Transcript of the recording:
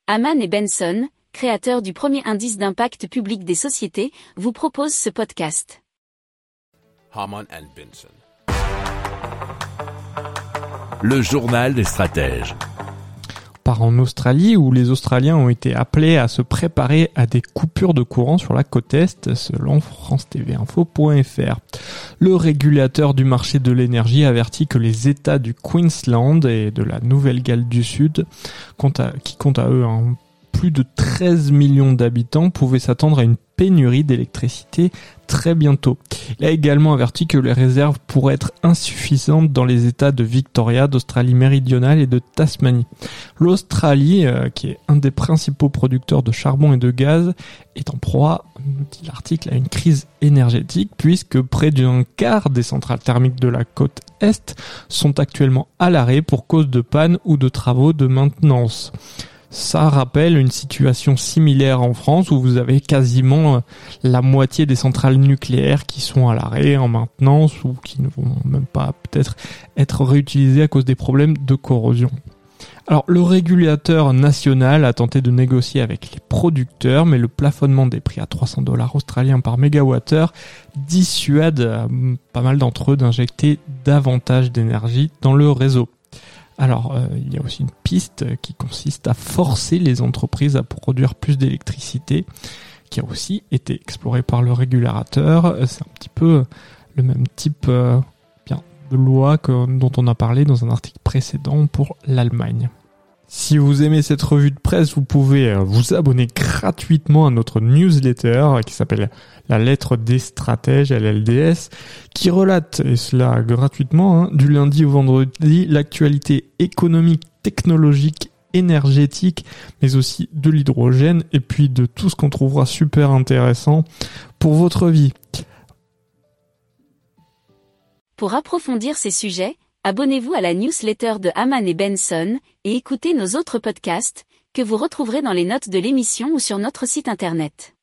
Hamann et Benson, créateurs du premier indice d'impact public des sociétés, vous proposent ce podcast. Hamann and Benson. Le journal des stratèges. On part en Australie où les Australiens ont été appelés à se préparer à des coupures de courant sur la côte Est, selon france-tv-info.fr. Le régulateur du marché de l'énergie avertit que les États du Queensland et de la Nouvelle-Galles du Sud, qui comptent à eux plus de 13 millions d'habitants, pouvaient s'attendre à une pénurie d'électricité très bientôt. Il a également averti que les réserves pourraient être insuffisantes dans les États de Victoria, d'Australie méridionale et de Tasmanie. L'Australie, qui est un des principaux producteurs de charbon et de gaz, est en proie, nous dit l'article, à une crise énergétique puisque près d'un quart des centrales thermiques de la côte Est sont actuellement à l'arrêt pour cause de panne ou de travaux de maintenance. Ça rappelle une situation similaire en France où vous avez quasiment la moitié des centrales nucléaires qui sont à l'arrêt, en maintenance ou qui ne vont même pas peut-être être réutilisées à cause des problèmes de corrosion. Alors le régulateur national a tenté de négocier avec les producteurs, mais le plafonnement des prix à $300 australiens par mégawattheure dissuade pas mal d'entre eux d'injecter davantage d'énergie dans le réseau. Alors, il y a aussi une piste qui consiste à forcer les entreprises à produire plus d'électricité, qui a aussi été explorée par le régulateur. C'est un petit peu le même type de loi dont on a parlé dans un article précédent pour l'Allemagne. Si vous aimez cette revue de presse, vous pouvez vous abonner gratuitement à notre newsletter qui s'appelle La Lettre des Stratèges, LLDS, qui relate, et cela gratuitement, du lundi au vendredi, l'actualité économique, technologique, énergétique, mais aussi de l'hydrogène, et puis de tout ce qu'on trouvera super intéressant pour votre vie. Pour approfondir ces sujets, abonnez-vous à la newsletter de Hamann et Benson et écoutez nos autres podcasts que vous retrouverez dans les notes de l'émission ou sur notre site internet.